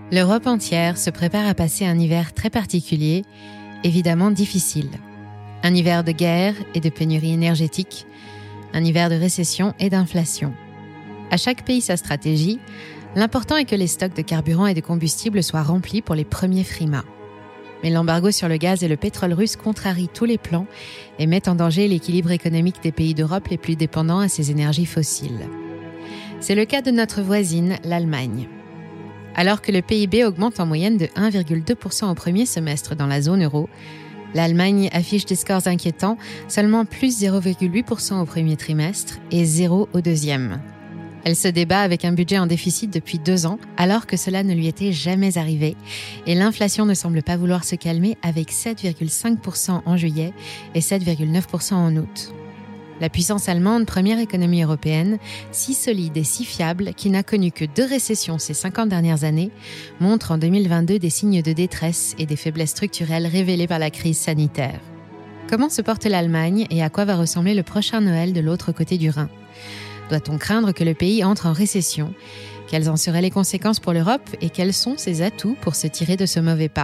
L'Europe entière se prépare à passer un hiver très particulier, évidemment difficile. Un hiver de guerre et de pénurie énergétique, un hiver de récession et d'inflation. À chaque pays sa stratégie, l'important est que les stocks de carburant et de combustible soient remplis pour les premiers frimas. Mais l'embargo sur le gaz et le pétrole russe contrarie tous les plans et met en danger l'équilibre économique des pays d'Europe les plus dépendants à ces énergies fossiles. C'est le cas de notre voisine, l'Allemagne. Alors que le PIB augmente en moyenne de 1,2% au premier semestre dans la zone euro, l'Allemagne affiche des scores inquiétants, seulement plus 0,8% au premier trimestre et 0 au deuxième. Elle se débat avec un budget en déficit depuis 2 ans, alors que cela ne lui était jamais arrivé, et l'inflation ne semble pas vouloir se calmer avec 7,5% en juillet et 7,9% en août. La puissance allemande, première économie européenne, si solide et si fiable, qui n'a connu que 2 récessions ces 50 dernières années, montre en 2022 des signes de détresse et des faiblesses structurelles révélées par la crise sanitaire. Comment se porte l'Allemagne et à quoi va ressembler le prochain Noël de l'autre côté du Rhin ? Doit-on craindre que le pays entre en récession ? Quelles en seraient les conséquences pour l'Europe et quels sont ses atouts pour se tirer de ce mauvais pas ?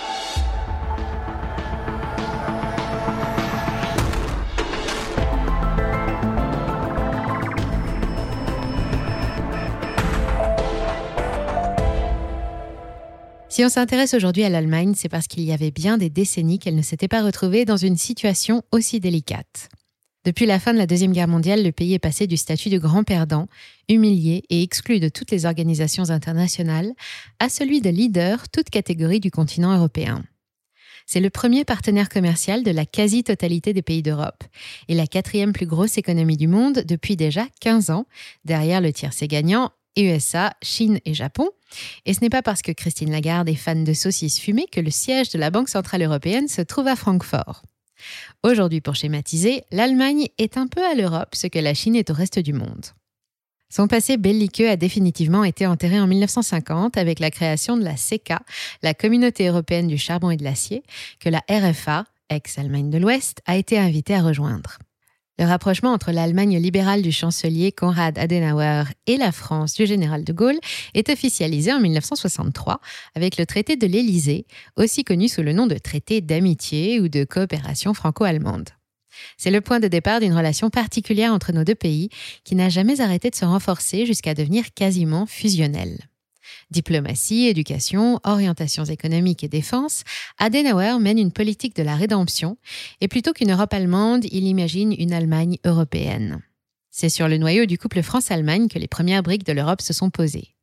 Si on s'intéresse aujourd'hui à l'Allemagne, c'est parce qu'il y avait bien des décennies qu'elle ne s'était pas retrouvée dans une situation aussi délicate. Depuis la fin de la Deuxième Guerre mondiale, le pays est passé du statut de grand perdant, humilié et exclu de toutes les organisations internationales, à celui de leader, toute catégorie du continent européen. C'est le premier partenaire commercial de la quasi-totalité des pays d'Europe et la 4e plus grosse économie du monde depuis déjà 15 ans, derrière le tiercé gagnant USA, Chine et Japon. Et ce n'est pas parce que Christine Lagarde est fan de saucisses fumées que le siège de la Banque centrale européenne se trouve à Francfort. Aujourd'hui, pour schématiser, l'Allemagne est un peu à l'Europe ce que la Chine est au reste du monde. Son passé belliqueux a définitivement été enterré en 1950 avec la création de la CECA, la Communauté européenne du charbon et de l'acier, que la RFA, ex-Allemagne de l'Ouest, a été invitée à rejoindre. Le rapprochement entre l'Allemagne libérale du chancelier Konrad Adenauer et la France du général de Gaulle est officialisé en 1963 avec le traité de l'Élysée, aussi connu sous le nom de traité d'amitié ou de coopération franco-allemande. C'est le point de départ d'une relation particulière entre nos deux pays qui n'a jamais arrêté de se renforcer jusqu'à devenir quasiment fusionnelle. Diplomatie, éducation, orientations économiques et défense, Adenauer mène une politique de la rédemption et plutôt qu'une Europe allemande, il imagine une Allemagne européenne. C'est sur le noyau du couple France-Allemagne que les premières briques de l'Europe se sont posées.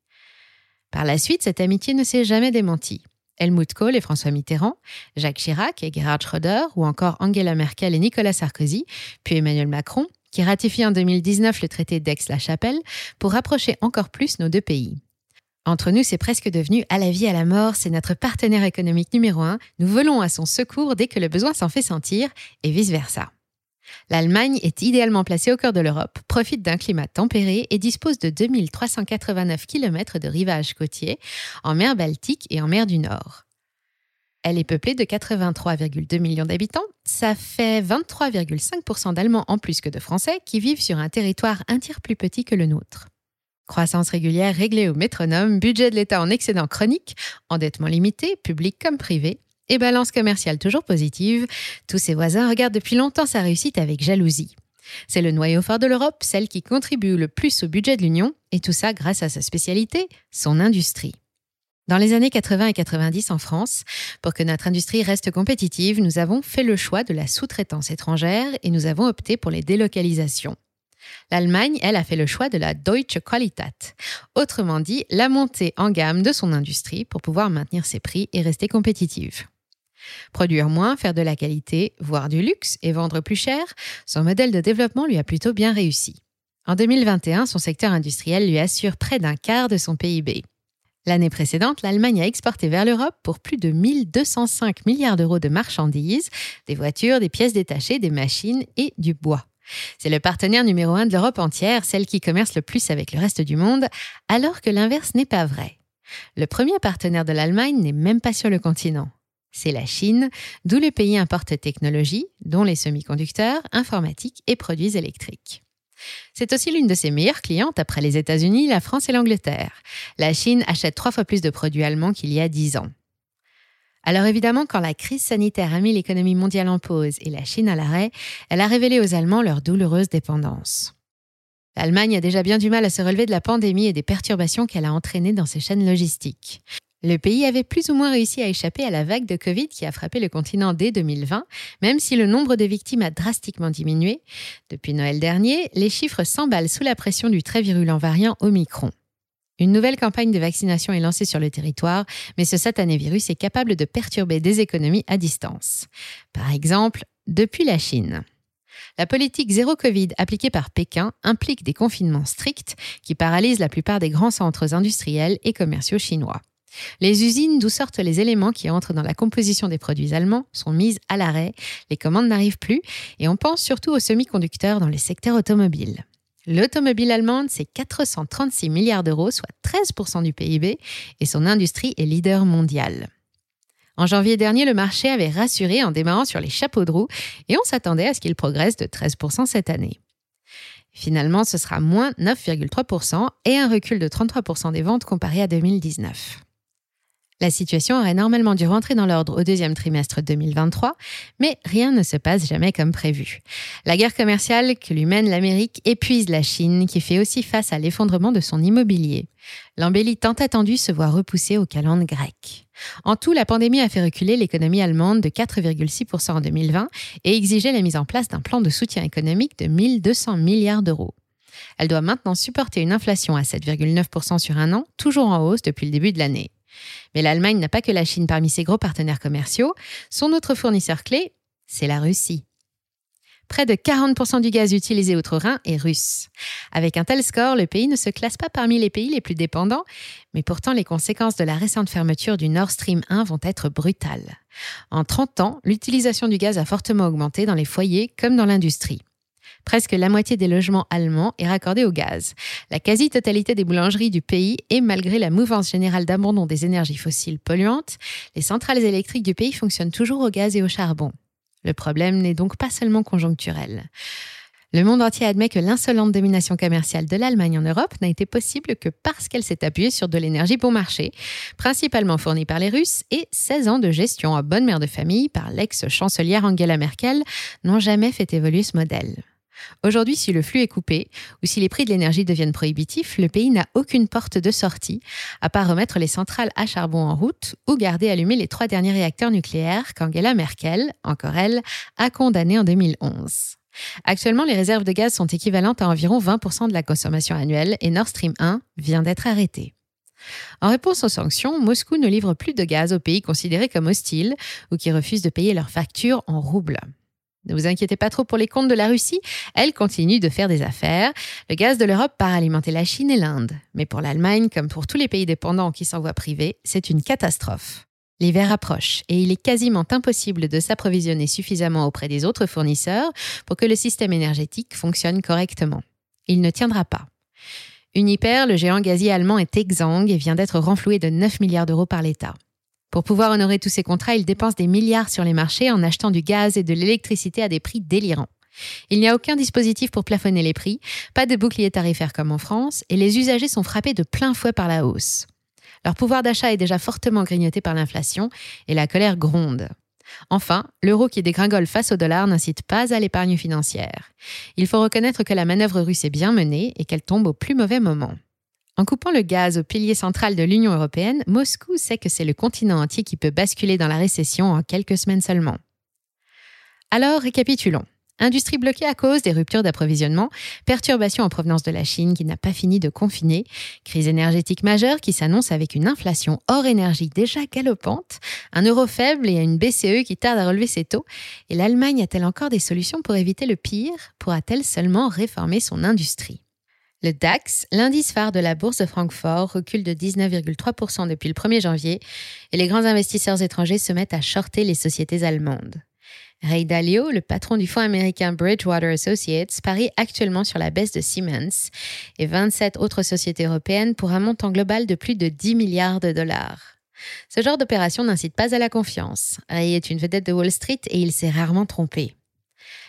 Par la suite, cette amitié ne s'est jamais démentie. Helmut Kohl et François Mitterrand, Jacques Chirac et Gerhard Schröder ou encore Angela Merkel et Nicolas Sarkozy, puis Emmanuel Macron, qui ratifie en 2019 le traité d'Aix-la-Chapelle pour rapprocher encore plus nos deux pays. Entre nous, c'est presque devenu à la vie, à la mort, c'est notre partenaire économique numéro 1, nous volons à son secours dès que le besoin s'en fait sentir, et vice-versa. L'Allemagne est idéalement placée au cœur de l'Europe, profite d'un climat tempéré et dispose de 2389 km de rivages côtiers en mer Baltique et en mer du Nord. Elle est peuplée de 83,2 millions d'habitants, ça fait 23,5% d'Allemands en plus que de Français qui vivent sur un territoire un tiers plus petit que le nôtre. Croissance régulière réglée au métronome, budget de l'État en excédent chronique, endettement limité, public comme privé, et balance commerciale toujours positive, tous ses voisins regardent depuis longtemps sa réussite avec jalousie. C'est le noyau fort de l'Europe, celle qui contribue le plus au budget de l'Union, et tout ça grâce à sa spécialité, son industrie. Dans les années 80 et 90 en France, pour que notre industrie reste compétitive, nous avons fait le choix de la sous-traitance étrangère et nous avons opté pour les délocalisations. L'Allemagne, elle, a fait le choix de la Deutsche Qualität, autrement dit, la montée en gamme de son industrie pour pouvoir maintenir ses prix et rester compétitive. Produire moins, faire de la qualité, voire du luxe et vendre plus cher, son modèle de développement lui a plutôt bien réussi. En 2021, son secteur industriel lui assure près d'un quart de son PIB. L'année précédente, l'Allemagne a exporté vers l'Europe pour plus de 1205 milliards d'euros de marchandises, des voitures, des pièces détachées, des machines et du bois. C'est le partenaire numéro 1 de l'Europe entière, celle qui commerce le plus avec le reste du monde, alors que l'inverse n'est pas vrai. Le premier partenaire de l'Allemagne n'est même pas sur le continent. C'est la Chine, d'où le pays importe technologies, dont les semi-conducteurs, informatique et produits électriques. C'est aussi l'une de ses meilleures clientes après les États-Unis, la France et l'Angleterre. La Chine achète 3 fois plus de produits allemands qu'il y a 10 ans. Alors évidemment, quand la crise sanitaire a mis l'économie mondiale en pause et la Chine à l'arrêt, elle a révélé aux Allemands leur douloureuse dépendance. L'Allemagne a déjà bien du mal à se relever de la pandémie et des perturbations qu'elle a entraînées dans ses chaînes logistiques. Le pays avait plus ou moins réussi à échapper à la vague de Covid qui a frappé le continent dès 2020, même si le nombre de victimes a drastiquement diminué. Depuis Noël dernier, les chiffres s'emballent sous la pression du très virulent variant Omicron. Une nouvelle campagne de vaccination est lancée sur le territoire, mais ce satané virus est capable de perturber des économies à distance. Par exemple, depuis la Chine. La politique zéro Covid appliquée par Pékin implique des confinements stricts qui paralysent la plupart des grands centres industriels et commerciaux chinois. Les usines d'où sortent les éléments qui entrent dans la composition des produits allemands sont mises à l'arrêt, les commandes n'arrivent plus et on pense surtout aux semi-conducteurs dans le secteur automobile. L'automobile allemande, c'est 436 milliards d'euros, soit 13% du PIB, et son industrie est leader mondial. En janvier dernier, le marché avait rassuré en démarrant sur les chapeaux de roue et on s'attendait à ce qu'il progresse de 13% cette année. Finalement, ce sera moins 9,3% et un recul de 33% des ventes comparé à 2019. La situation aurait normalement dû rentrer dans l'ordre au deuxième trimestre 2023, mais rien ne se passe jamais comme prévu. La guerre commerciale que lui mène l'Amérique épuise la Chine, qui fait aussi face à l'effondrement de son immobilier. L'embellie tant attendue se voit repoussée aux calendes grecques. En tout, la pandémie a fait reculer l'économie allemande de 4,6% en 2020 et exigeait la mise en place d'un plan de soutien économique de 1 200 milliards d'euros. Elle doit maintenant supporter une inflation à 7,9% sur un an, toujours en hausse depuis le début de l'année. Mais l'Allemagne n'a pas que la Chine parmi ses gros partenaires commerciaux. Son autre fournisseur clé, c'est la Russie. Près de 40% du gaz utilisé outre-Rhin est russe. Avec un tel score, le pays ne se classe pas parmi les pays les plus dépendants, mais pourtant les conséquences de la récente fermeture du Nord Stream 1 vont être brutales. En 30 ans, l'utilisation du gaz a fortement augmenté dans les foyers comme dans l'industrie. Presque la moitié des logements allemands est raccordée au gaz. La quasi-totalité des boulangeries du pays et malgré la mouvance générale d'abandon des énergies fossiles polluantes, les centrales électriques du pays fonctionnent toujours au gaz et au charbon. Le problème n'est donc pas seulement conjoncturel. Le monde entier admet que l'insolente domination commerciale de l'Allemagne en Europe n'a été possible que parce qu'elle s'est appuyée sur de l'énergie bon marché, principalement fournie par les Russes, et 16 ans de gestion en bonne mère de famille par l'ex-chancelière Angela Merkel n'ont jamais fait évoluer ce modèle. Aujourd'hui, si le flux est coupé ou si les prix de l'énergie deviennent prohibitifs, le pays n'a aucune porte de sortie, à part remettre les centrales à charbon en route ou garder allumés les 3 derniers réacteurs nucléaires qu'Angela Merkel, encore elle, a condamnés en 2011. Actuellement, les réserves de gaz sont équivalentes à environ 20% de la consommation annuelle et Nord Stream 1 vient d'être arrêté. En réponse aux sanctions, Moscou ne livre plus de gaz aux pays considérés comme hostiles ou qui refusent de payer leurs factures en roubles. Ne vous inquiétez pas trop pour les comptes de la Russie, elle continue de faire des affaires. Le gaz de l'Europe part alimenter la Chine et l'Inde. Mais pour l'Allemagne, comme pour tous les pays dépendants qui s'en voient privés, c'est une catastrophe. L'hiver approche et il est quasiment impossible de s'approvisionner suffisamment auprès des autres fournisseurs pour que le système énergétique fonctionne correctement. Il ne tiendra pas. Uniper, le géant gazier allemand, est exsangue et vient d'être renfloué de 9 milliards d'euros par l'État. Pour pouvoir honorer tous ces contrats, il dépense des milliards sur les marchés en achetant du gaz et de l'électricité à des prix délirants. Il n'y a aucun dispositif pour plafonner les prix, pas de bouclier tarifaire comme en France, et les usagers sont frappés de plein fouet par la hausse. Leur pouvoir d'achat est déjà fortement grignoté par l'inflation et la colère gronde. Enfin, l'euro qui dégringole face au dollar n'incite pas à l'épargne financière. Il faut reconnaître que la manœuvre russe est bien menée et qu'elle tombe au plus mauvais moment. En coupant le gaz au pilier central de l'Union européenne, Moscou sait que c'est le continent entier qui peut basculer dans la récession en quelques semaines seulement. Alors, récapitulons. Industrie bloquée à cause des ruptures d'approvisionnement, perturbations en provenance de la Chine qui n'a pas fini de confiner, crise énergétique majeure qui s'annonce avec une inflation hors énergie déjà galopante, un euro faible et une BCE qui tarde à relever ses taux. Et l'Allemagne a-t-elle encore des solutions pour éviter le pire? Pourra-t-elle seulement réformer son industrie? Le DAX, l'indice phare de la bourse de Francfort, recule de 19,3% depuis le 1er janvier et les grands investisseurs étrangers se mettent à shorter les sociétés allemandes. Ray Dalio, le patron du fonds américain Bridgewater Associates, parie actuellement sur la baisse de Siemens et 27 autres sociétés européennes pour un montant global de plus de 10 milliards de dollars. Ce genre d'opération n'incite pas à la confiance. Ray est une vedette de Wall Street et il s'est rarement trompé.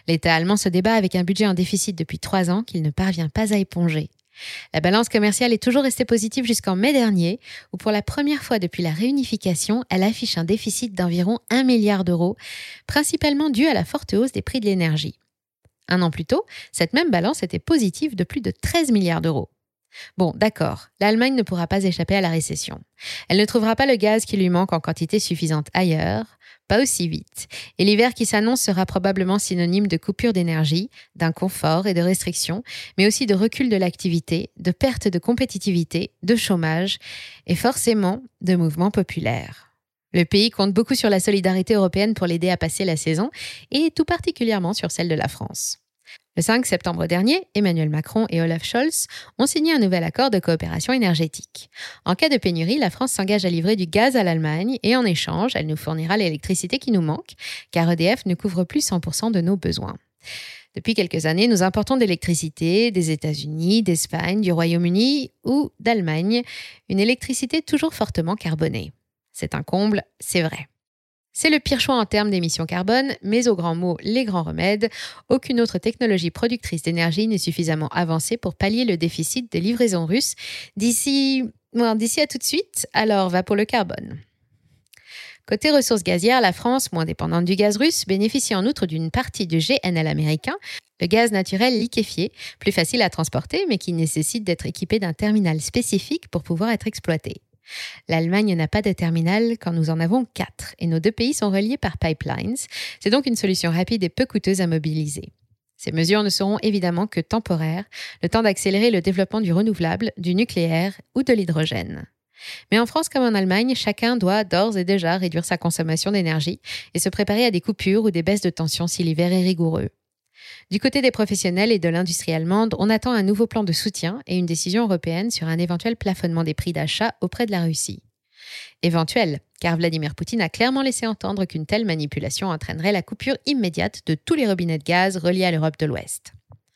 L'État allemand se débat avec un budget en déficit depuis 3 ans qu'il ne parvient pas à éponger. La balance commerciale est toujours restée positive jusqu'en mai dernier, où pour la première fois depuis la réunification, elle affiche un déficit d'environ 1 milliard d'euros, principalement dû à la forte hausse des prix de l'énergie. Un an plus tôt, cette même balance était positive de plus de 13 milliards d'euros. Bon, d'accord, l'Allemagne ne pourra pas échapper à la récession. Elle ne trouvera pas le gaz qui lui manque en quantité suffisante ailleurs, pas aussi vite, et l'hiver qui s'annonce sera probablement synonyme de coupure d'énergie, d'inconfort et de restrictions, mais aussi de recul de l'activité, de perte de compétitivité, de chômage et forcément de mouvements populaires. Le pays compte beaucoup sur la solidarité européenne pour l'aider à passer la saison, et tout particulièrement sur celle de la France. Le 5 septembre dernier, Emmanuel Macron et Olaf Scholz ont signé un nouvel accord de coopération énergétique. En cas de pénurie, la France s'engage à livrer du gaz à l'Allemagne et en échange, elle nous fournira l'électricité qui nous manque, car EDF ne couvre plus 100% de nos besoins. Depuis quelques années, nous importons de l'électricité des États-Unis, d'Espagne, du Royaume-Uni ou d'Allemagne, une électricité toujours fortement carbonée. C'est un comble, c'est vrai. C'est le pire choix en termes d'émissions carbone, mais au grand mot, les grands remèdes, aucune autre technologie productrice d'énergie n'est suffisamment avancée pour pallier le déficit des livraisons russes d'ici à tout de suite, alors va pour le carbone. Côté ressources gazières, la France, moins dépendante du gaz russe, bénéficie en outre d'une partie du GNL américain, le gaz naturel liquéfié, plus facile à transporter mais qui nécessite d'être équipé d'un terminal spécifique pour pouvoir être exploité. L'Allemagne n'a pas de terminal quand nous en avons 4 et nos 2 pays sont reliés par pipelines. C'est donc une solution rapide et peu coûteuse à mobiliser. Ces mesures ne seront évidemment que temporaires, le temps d'accélérer le développement du renouvelable, du nucléaire ou de l'hydrogène. Mais en France comme en Allemagne, chacun doit d'ores et déjà réduire sa consommation d'énergie et se préparer à des coupures ou des baisses de tension si l'hiver est rigoureux. Du côté des professionnels et de l'industrie allemande, on attend un nouveau plan de soutien et une décision européenne sur un éventuel plafonnement des prix d'achat auprès de la Russie. Éventuel, car Vladimir Poutine a clairement laissé entendre qu'une telle manipulation entraînerait la coupure immédiate de tous les robinets de gaz reliés à l'Europe de l'Ouest.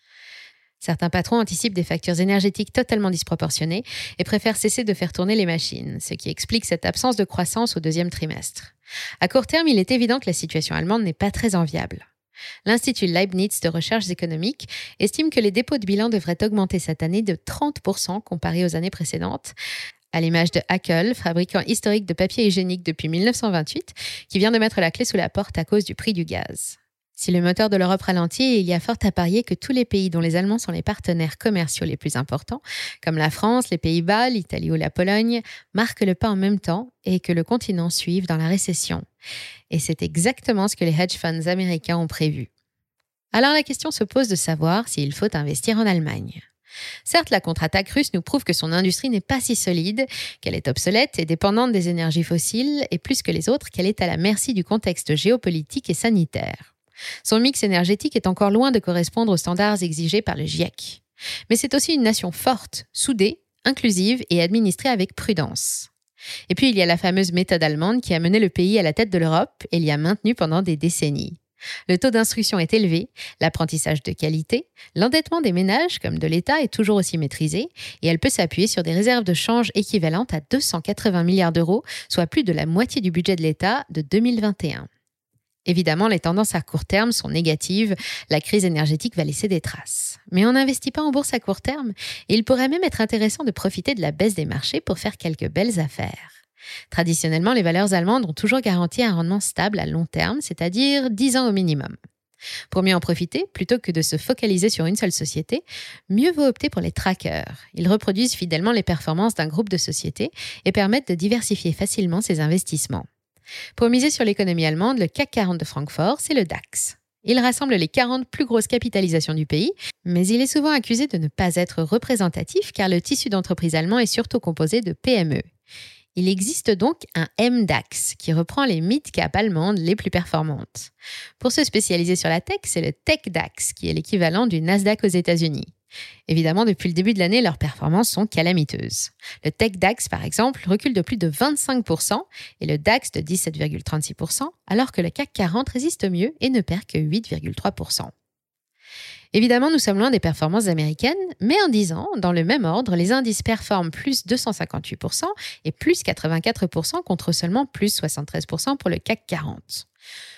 Certains patrons anticipent des factures énergétiques totalement disproportionnées et préfèrent cesser de faire tourner les machines, ce qui explique cette absence de croissance au 2e trimestre. À court terme, il est évident que la situation allemande n'est pas très enviable. L'Institut Leibniz de recherches économiques estime que les dépôts de bilan devraient augmenter cette année de 30% comparé aux années précédentes, à l'image de Hackel, fabricant historique de papier hygiénique depuis 1928, qui vient de mettre la clé sous la porte à cause du prix du gaz. Si le moteur de l'Europe ralentit, il y a fort à parier que tous les pays dont les Allemands sont les partenaires commerciaux les plus importants, comme la France, les Pays-Bas, l'Italie ou la Pologne, marquent le pas en même temps et que le continent suive dans la récession. Et c'est exactement ce que les hedge funds américains ont prévu. Alors la question se pose de savoir s'il faut investir en Allemagne. Certes, la contre-attaque russe nous prouve que son industrie n'est pas si solide, qu'elle est obsolète et dépendante des énergies fossiles, et plus que les autres, qu'elle est à la merci du contexte géopolitique et sanitaire. Son mix énergétique est encore loin de correspondre aux standards exigés par le GIEC. Mais c'est aussi une nation forte, soudée, inclusive et administrée avec prudence. Et puis il y a la fameuse méthode allemande qui a mené le pays à la tête de l'Europe et l'y a maintenu pendant des décennies. Le taux d'instruction est élevé, l'apprentissage de qualité, l'endettement des ménages comme de l'État est toujours aussi maîtrisé et elle peut s'appuyer sur des réserves de change équivalentes à 280 milliards d'euros, soit plus de la moitié du budget de l'État de 2021. Évidemment, les tendances à court terme sont négatives, la crise énergétique va laisser des traces. Mais on n'investit pas en bourse à court terme et il pourrait même être intéressant de profiter de la baisse des marchés pour faire quelques belles affaires. Traditionnellement, les valeurs allemandes ont toujours garanti un rendement stable à long terme, c'est-à-dire 10 ans au minimum. Pour mieux en profiter, plutôt que de se focaliser sur une seule société, mieux vaut opter pour les trackers. Ils reproduisent fidèlement les performances d'un groupe de sociétés et permettent de diversifier facilement ses investissements. Pour miser sur l'économie allemande, le CAC 40 de Francfort, c'est le DAX. Il rassemble les 40 plus grosses capitalisations du pays, mais il est souvent accusé de ne pas être représentatif car le tissu d'entreprises allemand est surtout composé de PME. Il existe donc un MDAX qui reprend les mid-cap allemandes les plus performantes. Pour se spécialiser sur la tech, c'est le TechDAX qui est l'équivalent du Nasdaq aux États-Unis. Évidemment, depuis le début de l'année, leurs performances sont calamiteuses. Le TechDAX, par exemple, recule de plus de 25% et le DAX de 17,36%, alors que le CAC 40 résiste mieux et ne perd que 8,3%. Évidemment, nous sommes loin des performances américaines, mais en 10 ans, dans le même ordre, les indices performent plus 258% et plus 84% contre seulement plus 73% pour le CAC 40.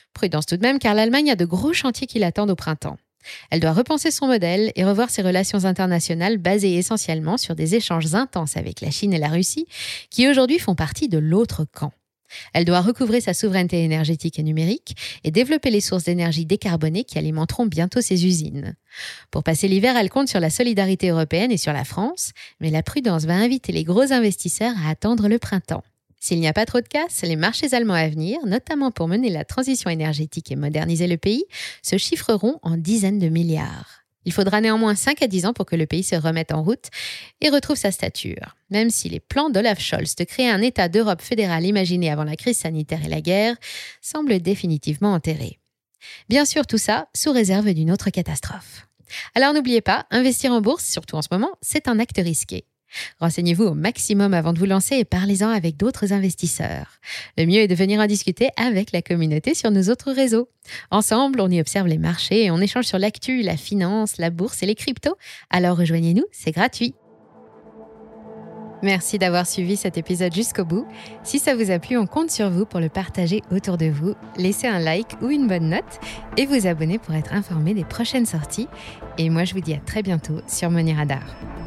Prudence tout de même, car l'Allemagne a de gros chantiers qui l'attendent au printemps. Elle doit repenser son modèle et revoir ses relations internationales basées essentiellement sur des échanges intenses avec la Chine et la Russie, qui aujourd'hui font partie de l'autre camp. Elle doit recouvrer sa souveraineté énergétique et numérique et développer les sources d'énergie décarbonées qui alimenteront bientôt ses usines. Pour passer l'hiver, elle compte sur la solidarité européenne et sur la France, mais la prudence va inviter les gros investisseurs à attendre le printemps. S'il n'y a pas trop de casse, les marchés allemands à venir, notamment pour mener la transition énergétique et moderniser le pays, se chiffreront en dizaines de milliards. Il faudra néanmoins 5 à 10 ans pour que le pays se remette en route et retrouve sa stature, même si les plans d'Olaf Scholz de créer un État d'Europe fédérale imaginé avant la crise sanitaire et la guerre semblent définitivement enterrés. Bien sûr, tout ça sous réserve d'une autre catastrophe. Alors n'oubliez pas, investir en bourse, surtout en ce moment, c'est un acte risqué. Renseignez-vous au maximum avant de vous lancer et parlez-en avec d'autres investisseurs. Le mieux est de venir en discuter avec la communauté sur nos autres réseaux. Ensemble, on y observe les marchés et on échange sur l'actu, la finance, la bourse et les cryptos. Alors rejoignez-nous, c'est gratuit. Merci d'avoir suivi cet épisode jusqu'au bout. Si ça vous a plu, on compte sur vous pour le partager autour de vous. Laissez un like ou une bonne note et vous abonner pour être informé des prochaines sorties. Et moi, je vous dis à très bientôt sur Money Radar.